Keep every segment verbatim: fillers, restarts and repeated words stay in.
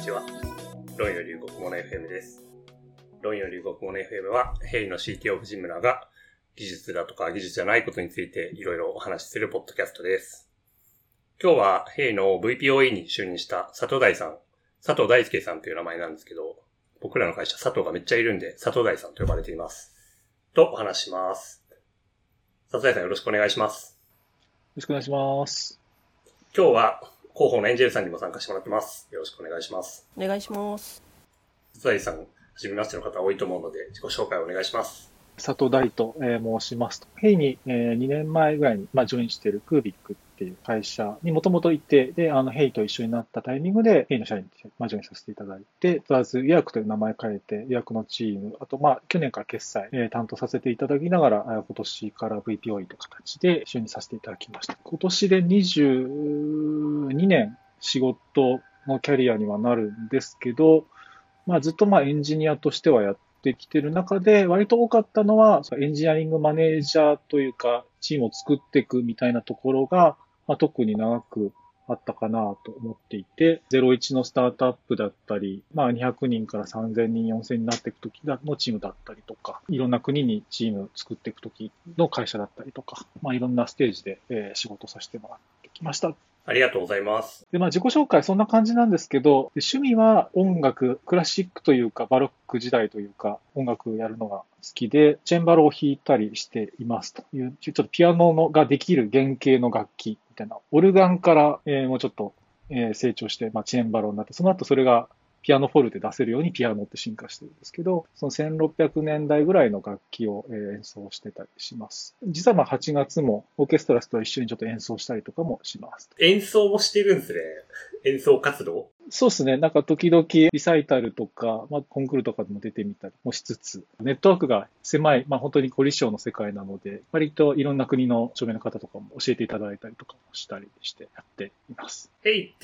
ちは。論よ龍国物 エフエム です。論よ龍国物 エフエム は、ヘイの シーティーオー 藤村が技術だとか技術じゃないことについていろいろお話しするポッドキャストです。今日はヘイの ブイピーオーイー に就任した佐藤大さん、佐藤大輔さんという名前なんですけど、僕らの会社佐藤がめっちゃいるんで佐藤大さんと呼ばれています。とお話します。佐藤大さんよろしくお願いします。 よろしくお願いします。 今日は広報のエンジェルさんにも参加してもらってます。よろしくお願いします。 お願いします。 佐藤大さん、初めましての方多いと思うので自己紹介をお願いします。 佐藤大と、えー、申しますと。ヘイに、えー、にねんまえぐらいに、まあ、ジョインしているクービックっていう会社にもともといて、で、あの、ヘイと一緒になったタイミングで、ヘイの社員に、まあ、ジョインさせていただいて、プラス予約という名前変えて、予約のチーム、あと、まあ、去年から決済、えー、担当させていただきながら、今年から ブイピーオーイー という形で一緒にさせていただきました。今年でにじゅうにねん仕事のキャリアにはなるんですけど、まあ、ずっとまあエンジニアとしてはやってきてる中で、割と多かったのは、エンジニアリングマネージャーというか、チームを作っていくみたいなところが、まあ、特に長くあったかなと思っていて、ゼロイチのスタートアップだったり、まあ、にひゃくにんからさんぜんにん、よんせんにんになっていくときのチームだったりとか、いろんな国にチームを作っていくときの会社だったりとか、まあ、いろんなステージで、えー、仕事させてもらってきました。 ありがとうございます。 で、まあ自己紹介そんな感じなんですけど、趣味は音楽、クラシックというか、バロック時代というか、音楽やるのが好きで、チェンバロを弾いたりしていますという、ちょっとピアノのができる原型の楽器みたいな、オルガンから、えー、もうちょっと、えー、成長して、まあチェンバロになって、その後それがピアノフォルで出せるようにピアノって進化してるんですけど、そのせんろっぴゃくねんだいぐらいの楽器を演奏してたりします。実はまあはちがつもオーケストラと一緒にちょっと演奏したりとかもします。 演奏もしてるんですね。演奏活動？ そうですね。なんか時々リサイタルとか、まあ、コンクールとかでも出てみたりもしつつ、ネットワークが狭い、まあ本当に凝り性の世界なので、割といろんな国の著名な方とかも教えていただいたりとかもしたりしてやっています。 ヘイって、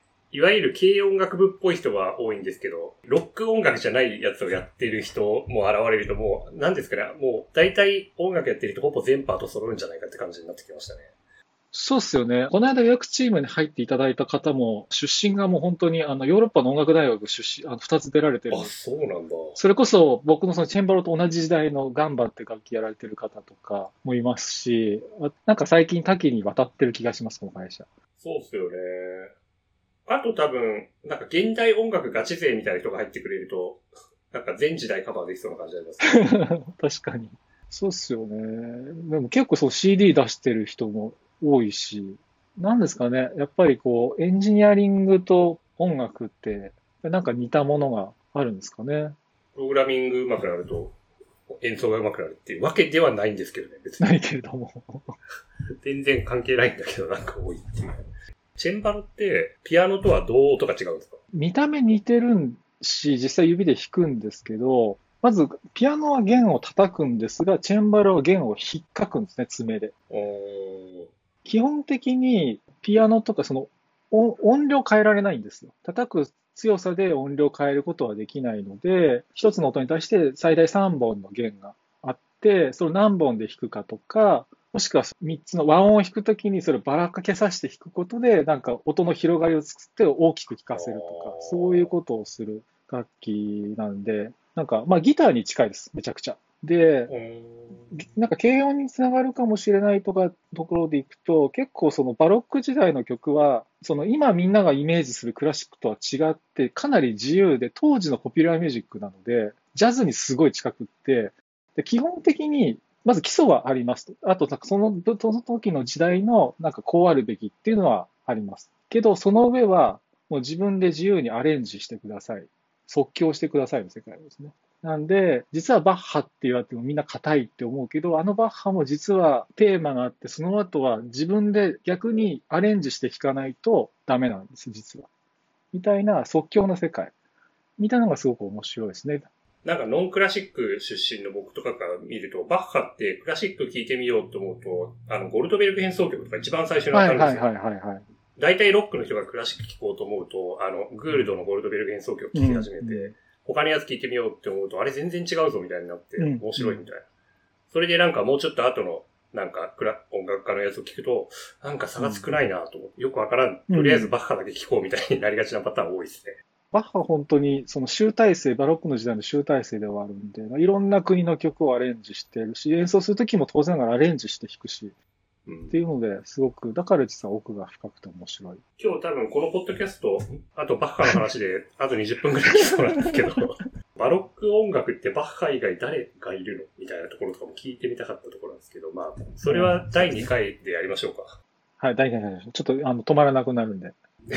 いわゆる軽音楽部っぽい人が多いんですけど、ロック音楽じゃないやつをやってる人も現れるともう、何ですかね、もう大体音楽やってる人ほぼ全パート揃うんじゃないかって感じになってきましたね。 そうっすよね。この間予約チームに入っていただいた方も、出身がもう本当にあのヨーロッパの音楽大学出身、あの二つ出られてる。 あ、そうなんだ。 それこそ僕のそのチェンバロと同じ時代のガンバって楽器やられてる方とかもいますし、なんか最近多岐に渡ってる気がします、この会社。 そうっすよね。あと多分、なんか現代音楽ガチ勢みたいな人が入ってくれると、なんか全時代カバーできそうな感じあります確かに。そうっすよね。でも結構そう シーディー 出してる人も多いし、なんですかね。やっぱりこう、エンジニアリングと音楽って、なんか似たものがあるんですかね。 プログラミング上手くなると、演奏が上手くなるっていうわけではないんですけどね、別に。 ないけれども。 全然関係ないんだけど、なんか多いっていう。チェンバロって、ピアノとはどう音が違うんですか？ 見た目似てるし、実際指で弾くんですけど、まず、ピアノは弦を叩くんですが、チェンバロは弦を引っかくんですね、爪で。基本的に、ピアノとかその音量変えられないんですよ。叩く強さで音量変えることはできないので、一つの音に対して最大さんぼんの弦があって、それを何本で弾くかとか、もしくはみっつの和音を弾くときにそれをばらかけさせて弾くことで、なんか音の広がりを作って大きく聴かせるとか、そういうことをする楽器なんで、なんか、まあギターに近いです、めちゃくちゃ。で、なんか軽音につながるかもしれないとか、ところでいくと、結構そのバロック時代の曲は、その今みんながイメージするクラシックとは違って、かなり自由で、当時のポピュラーミュージックなので、ジャズにすごい近くって、で基本的に、まず基礎はありますと。あと、その、その時の時代の、なんかこうあるべきっていうのはあります。けど、その上は、もう自分で自由にアレンジしてください。即興してくださいの世界ですね。なんで、実はバッハって言われてもみんな硬いって思うけど、あのバッハも実はテーマがあって、その後は自分で逆にアレンジして弾かないとダメなんです、実は。みたいな即興の世界。みたいなのがすごく面白いですね。 なんかノンクラシック出身の僕とかから見ると、バッハってクラシック聴いてみようと思うと、あの、ゴルトベルク変奏曲とか一番最初に当たるんですよ。 はいはいはいはい、はい。 大体ロックの人がクラシック聴こうと思うと、あの、グールドのゴルトベルク変奏曲聴き始めて、うんうん、他のやつ聴いてみようって思うと、あれ全然違うぞみたいになって、面白いみたいな。うんうん、それでなんかもうちょっと後の、なんかクラ、音楽家のやつを聞くと、なんか差が少ないなと思って、よくわからん。とりあえずバッハだけ聴こうみたいになりがちなパターン多いですね。 バッハは本当にその集大成、バロックの時代の集大成ではあるんで、いろんな国の曲をアレンジしてるし、演奏するときも当然ながらアレンジして弾くし、うん、っていうので、すごく、だから実は奥が深くて面白い。 今日多分このポッドキャスト、あとバッハの話で、あとにじゅっぷんくらい来そうなんですけど、バロック音楽ってバッハ以外誰がいるのみたいなところとかも聞いてみたかったところなんですけど、まあ、それはだいにかいでやりましょうか。 はい、だいにかいで。ちょっとあの止まらなくなるんで。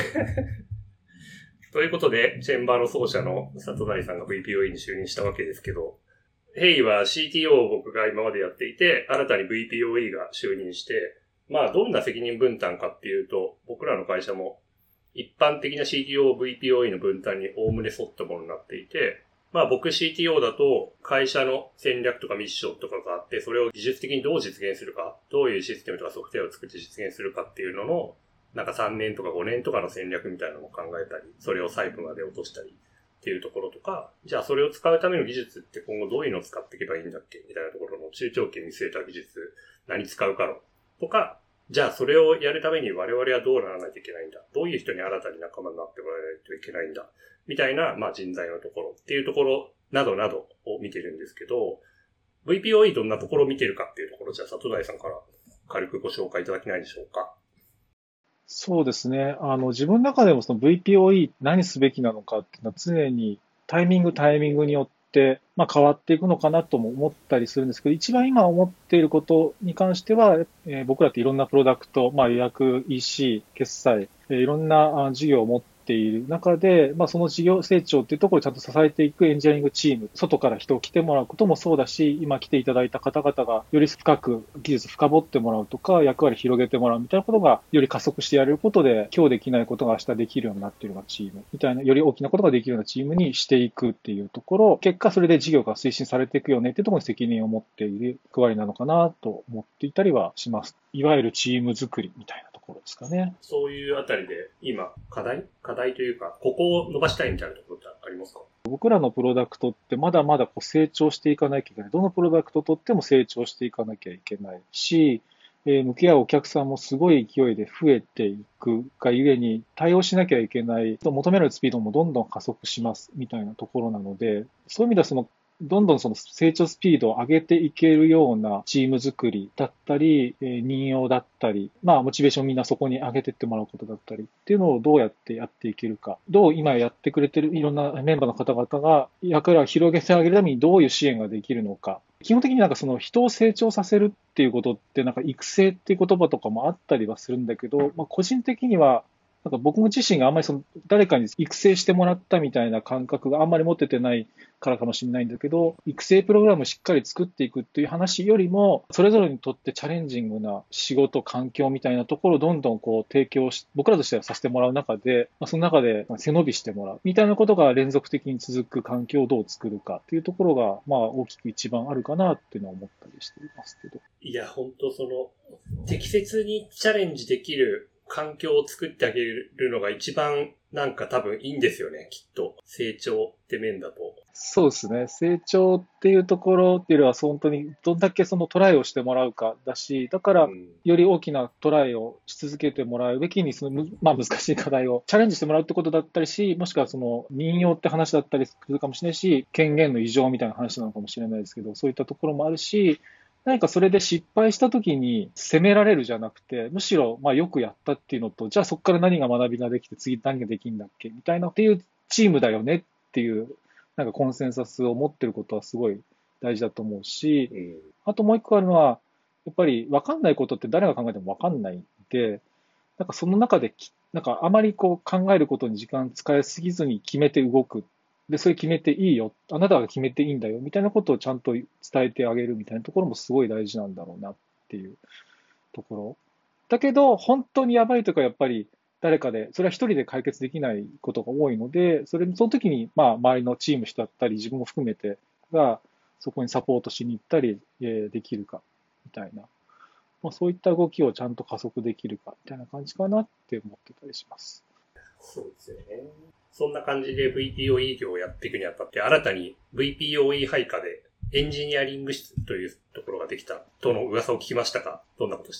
ということで、チェンバーの奏者の里大さんが ブイピーオーイー に就任したわけですけど、ヘイは シーティーオー を僕が今までやっていて、新たに ブイピーオーイー が就任して、まあどんな責任分担かっていうと、僕らの会社も一般的な シーティーオー、ブイピーオーイー の分担におおむね沿ったものになっていて、まあ僕 シーティーオー だと会社の戦略とかミッションとかがあって、それを技術的にどう実現するか、どういうシステムとかソフトウェアを作って実現するかっていうのの、なんかさんねんとかごねんとかの戦略みたいなのを考えたり、それを細部まで落としたりっていうところとか、じゃあそれを使うための技術って今後どういうのを使っていけばいいんだっけみたいなところの中長期見据えた技術、何使うかのとか、じゃあそれをやるために我々はどうならないといけないんだ、どういう人に新たに仲間になってもらわないといけないんだ、みたいな、まあ人材のところっていうところなどなどを見てるんですけど、ブイピーオーイー どんなところを見てるかっていうところ、じゃあ里大さんから軽くご紹介いただけないでしょうか。 そうですね。あの、自分の中でもその ブイピーオーイー 何すべきなのかっていうのは常にタイミングタイミングによって、まあ、変わっていくのかなとも思ったりするんですけど、一番今思っていることに関しては、えー僕らっていろんなプロダクト、まあ、予約、イーシー、決済、えーいろんなあ事業を持っている中で、まあ、その事業成長っていうところをちゃんと支えていくエンジニアリングチーム、外から人を来てもらうこともそうだし、今来ていただいた方々がより深く技術深掘ってもらうとか、役割広げてもらうみたいなことがより加速してやれることで、今日できないことが明日できるようになっているようなチームみたいな、より大きなことができるようなチームにしていくっていうところ、結果それで事業が推進されていくよねっていうところに責任を持っている役割なのかなと思っていたりはします。いわゆるチーム作りみたいなところですかね。 そういうあたりで今課題課題というか、ここを伸ばしたいみたいなところってありますか？ 僕らのプロダクトってまだまだこう成長していかなきゃいけない。どのプロダクトをとっても成長していかなきゃいけないし、えー向き合うお客さんもすごい勢いで増えていくがゆえに対応しなきゃいけない、求められるスピードもどんどん加速しますみたいなところなので、そういう意味ではそのどんどんその成長スピードを上げていけるようなチーム作りだったり、えー任用だったり、まあ、モチベーションをみんなそこに上げていってもらうことだったりっていうのをどうやってやっていけるか、どう今やってくれてるいろんなメンバーの方々が役割を広げてあげるためにどういう支援ができるのか。基本的になんかその人を成長させるっていうことってなんか育成っていう言葉とかもあったりはするんだけど、まあ、個人的にはなんか僕自身があんまりその誰かに育成してもらったみたいな感覚があんまり持ててないからかもしれないんだけど、育成プログラムをしっかり作っていくっていう話よりも、それぞれにとってチャレンジングな仕事、環境みたいなところをどんどんこう提供し、僕らとしてはさせてもらう中で、まあその中で背伸びしてもらうみたいなことが連続的に続く環境をどう作るかっていうところが、まあ大きく一番あるかなっていうのは思ったりしていますけど。 いや、本当その、適切にチャレンジできる環境を作ってあげるのが一番なんか多分いいんですよね、きっと。成長って面だと。 そうですね。成長っていうところっていうのは、本当にどんだけそのトライをしてもらうかだし、だから、より大きなトライをし続けてもらうべきに、その、まあ難しい課題をチャレンジしてもらうってことだったりし、もしくはその、任用って話だったりするかもしれないし、権限の異常みたいな話なのかもしれないですけど、そういったところもあるし、何かそれで失敗したときに責められるじゃなくて、むしろ、まあよくやったっていうのと、じゃあそこから何が学びができて、次何ができるんだっけみたいなっていうチームだよねっていう、なんかコンセンサスを持ってることはすごい大事だと思うし、あともう一個あるのは、やっぱり分かんないことって誰が考えても分かんないんで、なんかその中でき、なんかあまりこう考えることに時間使いすぎずに決めて動く。で、それ決めていいよ。あなたが決めていいんだよ。みたいなことをちゃんと伝えてあげるみたいなところもすごい大事なんだろうなっていうところ。だけど、本当にやばいとかやっぱり誰かで、それは一人で解決できないことが多いので、それ、その時に、まあ、周りのチーム人だったり、自分も含めてが、そこにサポートしに行ったり、えーできるか、みたいな。まあ、そういった動きをちゃんと加速できるか、みたいな感じかなって思ってたりします。 そうですよね。そんな感じで ブイピーオーイー 業をやっていくにあたって、新たに ブイピーオーイー 配下でエンジニアリング室というところができたとの噂を聞きましたが、どんなことしてるんですか？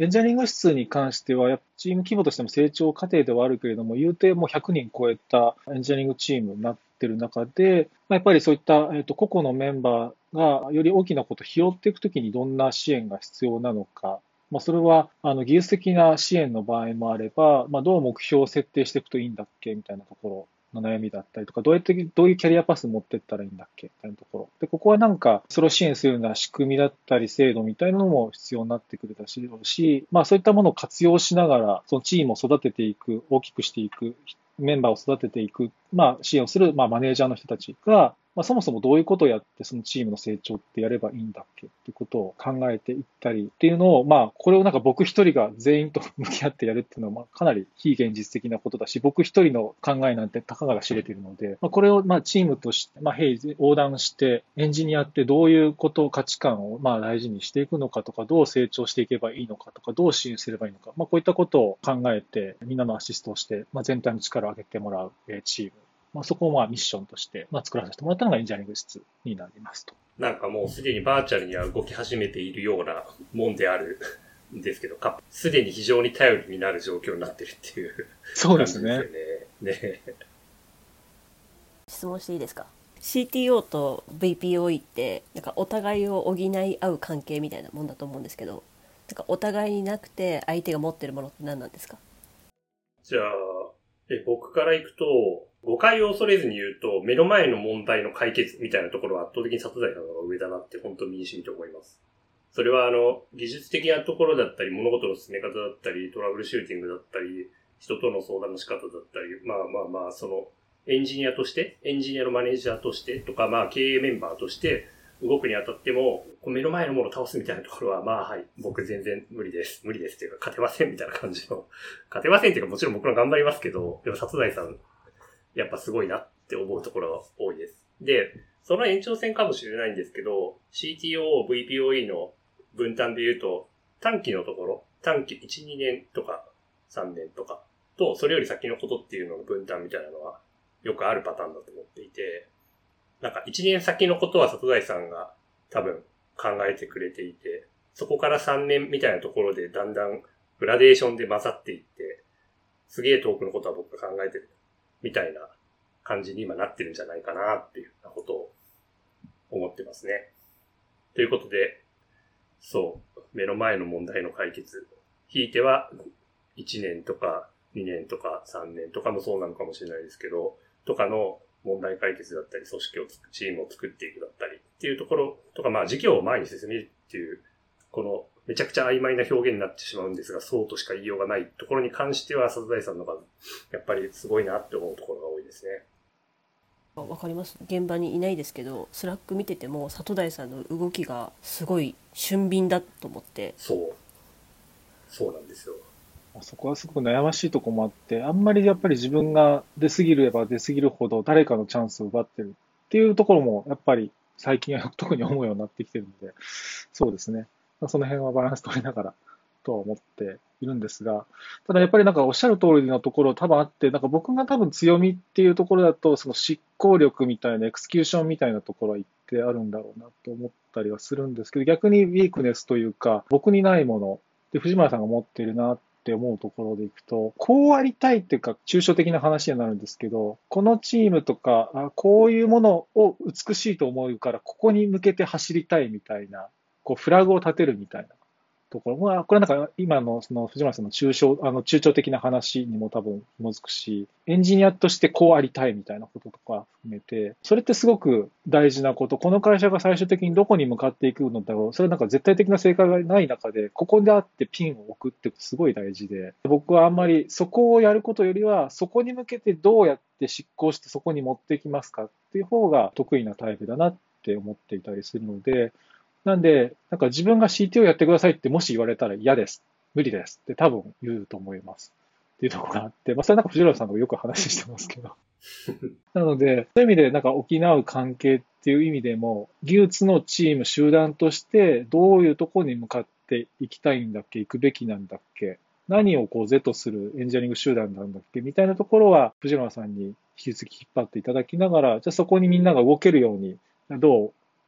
エンジニアリング室に関しては、やっぱチーム規模としても成長過程ではあるけれども、言うてもうひゃくにん超えたエンジニアリングチームになっている中で、まあ、やっぱりそういった、えーと、個々のメンバーがより大きなことを拾っていくときにどんな支援が必要なのか、まあ、それはあの技術的な支援の場合もあれば、まあ、どう目標を設定していくといいんだっけみたいなところの悩みだったりとか、どうやって、どういうキャリアパス持っていったらいいんだっけみたいなところ。で、ここはなんか、それを支援するような仕組みだったり、制度みたいなのも必要になってくるだし、まあそういったものを活用しながら、そのチームを育てていく、大きくしていく、メンバーを育てていく、まあ支援をする、まあマネージャーの人たちが、まあ、そもそもどういうことをやって、そのチームの成長ってやればいいんだっけっていうことを考えていったりっていうのを、まあ、これをなんか僕一人が全員と向き合ってやるっていうのは、まあ、かなり非現実的なことだし、僕一人の考えなんてたかが知れているので、まあ、これをまあチームとして、まあ、平時横断して、エンジニアってどういうこと、価値観をまあ大事にしていくのかとか、どう成長していけばいいのかとか、どう支援すればいいのか、まあ、こういったことを考えて、みんなのアシストをして、まあ、全体の力を上げてもらうチーム。まあ、そこをまあミッションとして、まあ、作らせてもらったのがエンジニアリング室になりますと。 なんかもうすでにバーチャルには動き始めているようなもんであるんですけど、すでに非常に頼りになる状況になってるっていうそうですね。 ね。 質問していいですか？ シーティーオー と ブイピーオーイー ってなんかお互いを補い合う関係みたいなもんだと思うんですけど、なんかお互いになくて相手が持ってるものって何なんですか？ じゃあえ僕から行くと、誤解を恐れずに言うと、目の前の問題の解決みたいなところは圧倒的に里財さんの方が上だなって本当に身に染みて思います。それはあの、技術的なところだったり、物事の進め方だったり、トラブルシューティングだったり、人との相談の仕方だったり、まあまあまあ、その、エンジニアとして、エンジニアのマネージャーとしてとか、まあ経営メンバーとして動くにあたっても、目の前のものを倒すみたいなところは、まあはい、僕全然無理です。無理ですっていうか、勝てませんみたいな感じの。勝てませんっていうか、もちろん僕ら頑張りますけど、でも里財さん、やっぱすごいなって思うところが多いです。で、その延長線かもしれないんですけど、シーティーオー、ブイピーオーイー の分担で言うと、短期のところ、短期いち、にねんとかさんねんとかと、それより先のことっていうのの分担みたいなのはよくあるパターンだと思っていて、なんかいちねん先のことは里財さんが多分考えてくれていて、そこからさんねんみたいなところでだんだんグラデーションで混ざっていって、すげえ遠くのことは僕が考えてるみたいな感じに今なってるんじゃないかなっていうようなことを思ってますね。ということで、そう、目の前の問題の解決、ひいてはいちねんとかにねんとかさんねんとかもそうなのかもしれないですけど、とかの問題解決だったり、組織をつく、チームを作っていくだったりっていうところとか、まあ事業を前に進めるっていう、このめちゃくちゃ曖昧な表現になってしまうんですが、そうとしか言いようがないところに関しては、里財さんの方がやっぱりすごいなって思うところが多いですね。 わかります。現場にいないですけど、スラック見てても里財さんの動きがすごい俊敏だと思って。 そう。そうなんですよ。 そこはすごく悩ましいところもあって、あんまりやっぱり自分が出過ぎれば出過ぎるほど誰かのチャンスを奪ってるっていうところもやっぱり最近は特に思うようになってきてるので、そうですね。その辺はバランス取りながらとは思っているんですが、ただやっぱりなんかおっしゃる通りのところ多分あって、なんか僕が多分強みっていうところだと、その執行力みたいな、エクスキューションみたいなところは言ってあるんだろうなと思ったりはするんですけど、逆にウィークネスというか、僕にないもの、で藤村さんが持っているなって思うところでいくと、こうありたいっていうか、抽象的な話になるんですけど、このチームとか、あこういうものを美しいと思うから、ここに向けて走りたいみたいな、こうフラグを立てるみたいなところ。まあ、これはなんか今のその藤村さんの抽象、あの中長的な話にも多分紐づくし、エンジニアとしてこうありたいみたいなこととか含めて、それってすごく大事なこと。この会社が最終的にどこに向かっていくのだろう。それはなんか絶対的な正解がない中で、ここであってピンを置くってすごい大事で、僕はあんまりそこをやることよりは、そこに向けてどうやって執行してそこに持っていきますかっていう方が得意なタイプだなって思っていたりするので、なんで、なんか自分が シーティーオー やってくださいってもし言われたら嫌です。無理ですって多分言うと思います。っていうところがあって、まあそれなんか藤原さんとよく話してますけど。なので、そういう意味でなんか補う関係っていう意味でも、技術のチーム、集団としてどういうところに向かっていきたいんだっけ、行くべきなんだっけ、何をこう是とするエンジニアリング集団なんだっけみたいなところは藤原さんに引き続き引っ張っていただきながら、じゃあそこにみんなが動けるようにどう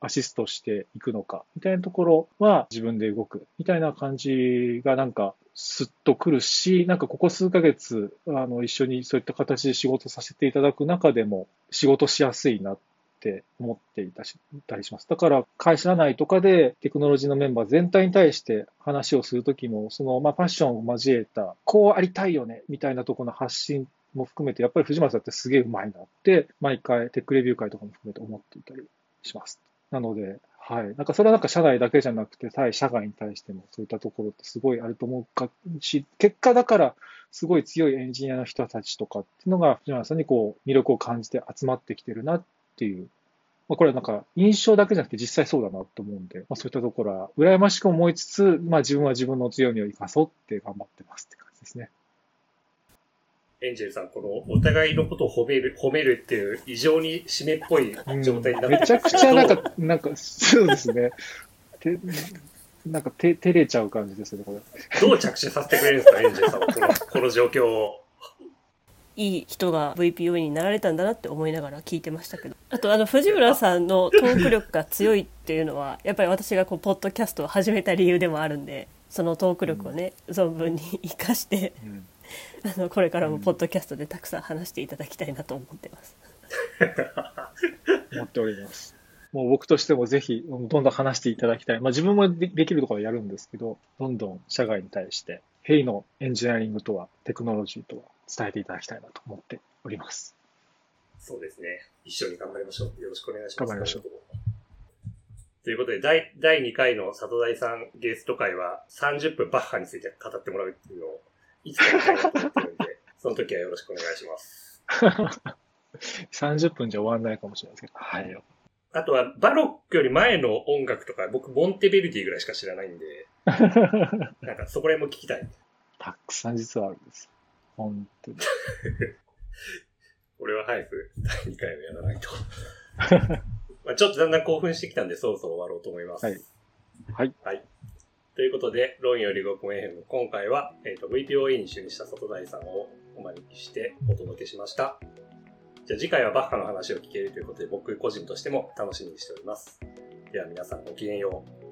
アシストしていくのか、みたいなところは自分で動く、みたいな感じがなんかスッとくるし、なんかここ数ヶ月、あの、一緒にそういった形で仕事させていただく中でも仕事しやすいなって思っていたし、いたりします。だから会社内とかでテクノロジーのメンバー全体に対して話をするときも、その、まあ、パッションを交えた、こうありたいよね、みたいなところの発信も含めて、やっぱり藤村さんってすげえうまいなって、毎回テックレビュー会とかも含めて思っていたりします。なので、はい。なんかそれはなんか社内だけじゃなくて、対社外に対してもそういったところってすごいあると思うかし、結果だからすごい強いエンジニアの人たちとかっていうのが藤村さんにこう魅力を感じて集まってきてるなっていう、まあ、これはなんか印象だけじゃなくて実際そうだなと思うんで、まあ、そういったところは羨ましく思いつつ、まあ自分は自分の強みを生かそうって頑張ってますって感じですね。 エンジェルさん、このお互いのことを褒める、褒めるっていう異常に締めっぽい状態になってる、うん、 めちゃくちゃなんか、なんか、そうですね。てなんかて、照れちゃう感じですね、これ。 どう着手させてくれるんですか、エンジェルさんは、この、この状況を。 いい人が ブイピーオー になられたんだなって思いながら聞いてましたけど、あとあの藤村さんのトーク力が強いっていうのはやっぱり私がこうポッドキャストを始めた理由でもあるんで、そのトーク力をね、うん、存分に生かして、うん、あのこれからもポッドキャストでたくさん話していただきたいなと思ってます。 思っております。もう僕としてもぜひどんどん話していただきたい。まあ自分も で, できるところはやるんですけど、どんどん社外に対してヘイのエンジニアリングとはテクノロジーとは伝えていただきたいなと思っております。 そうですね。一緒に頑張りましょう。よろしくお願いします。 頑張りましょう。 ということで、だい、だいにかいの里大さんゲスト会はさんじゅっぷんバッハについて語ってもらうっていうのをいつかやりたいなと思ってるんで、その時はよろしくお願いします。 さんじゅっぷんじゃ終わんないかもしれないですけど。はい。 あとは、バロックより前の音楽とか、僕、モンテベルディぐらいしか知らないんで、なんかそこら辺も聞きたい。 たくさん実はあるんです。本当に。 俺は早くだいにかいをやらないと。まあちょっとだんだん興奮してきたんで、そろそろ終わろうと思います。 はい。はい。 はい。ということで、論よりごくも エフエム、今回は、えっと、ブイピーオーイー に就任した里大さんをお招きしてお届けしました。じゃあ次回はバッハの話を聞けるということで、僕個人としても楽しみにしております。では皆さんごきげんよう。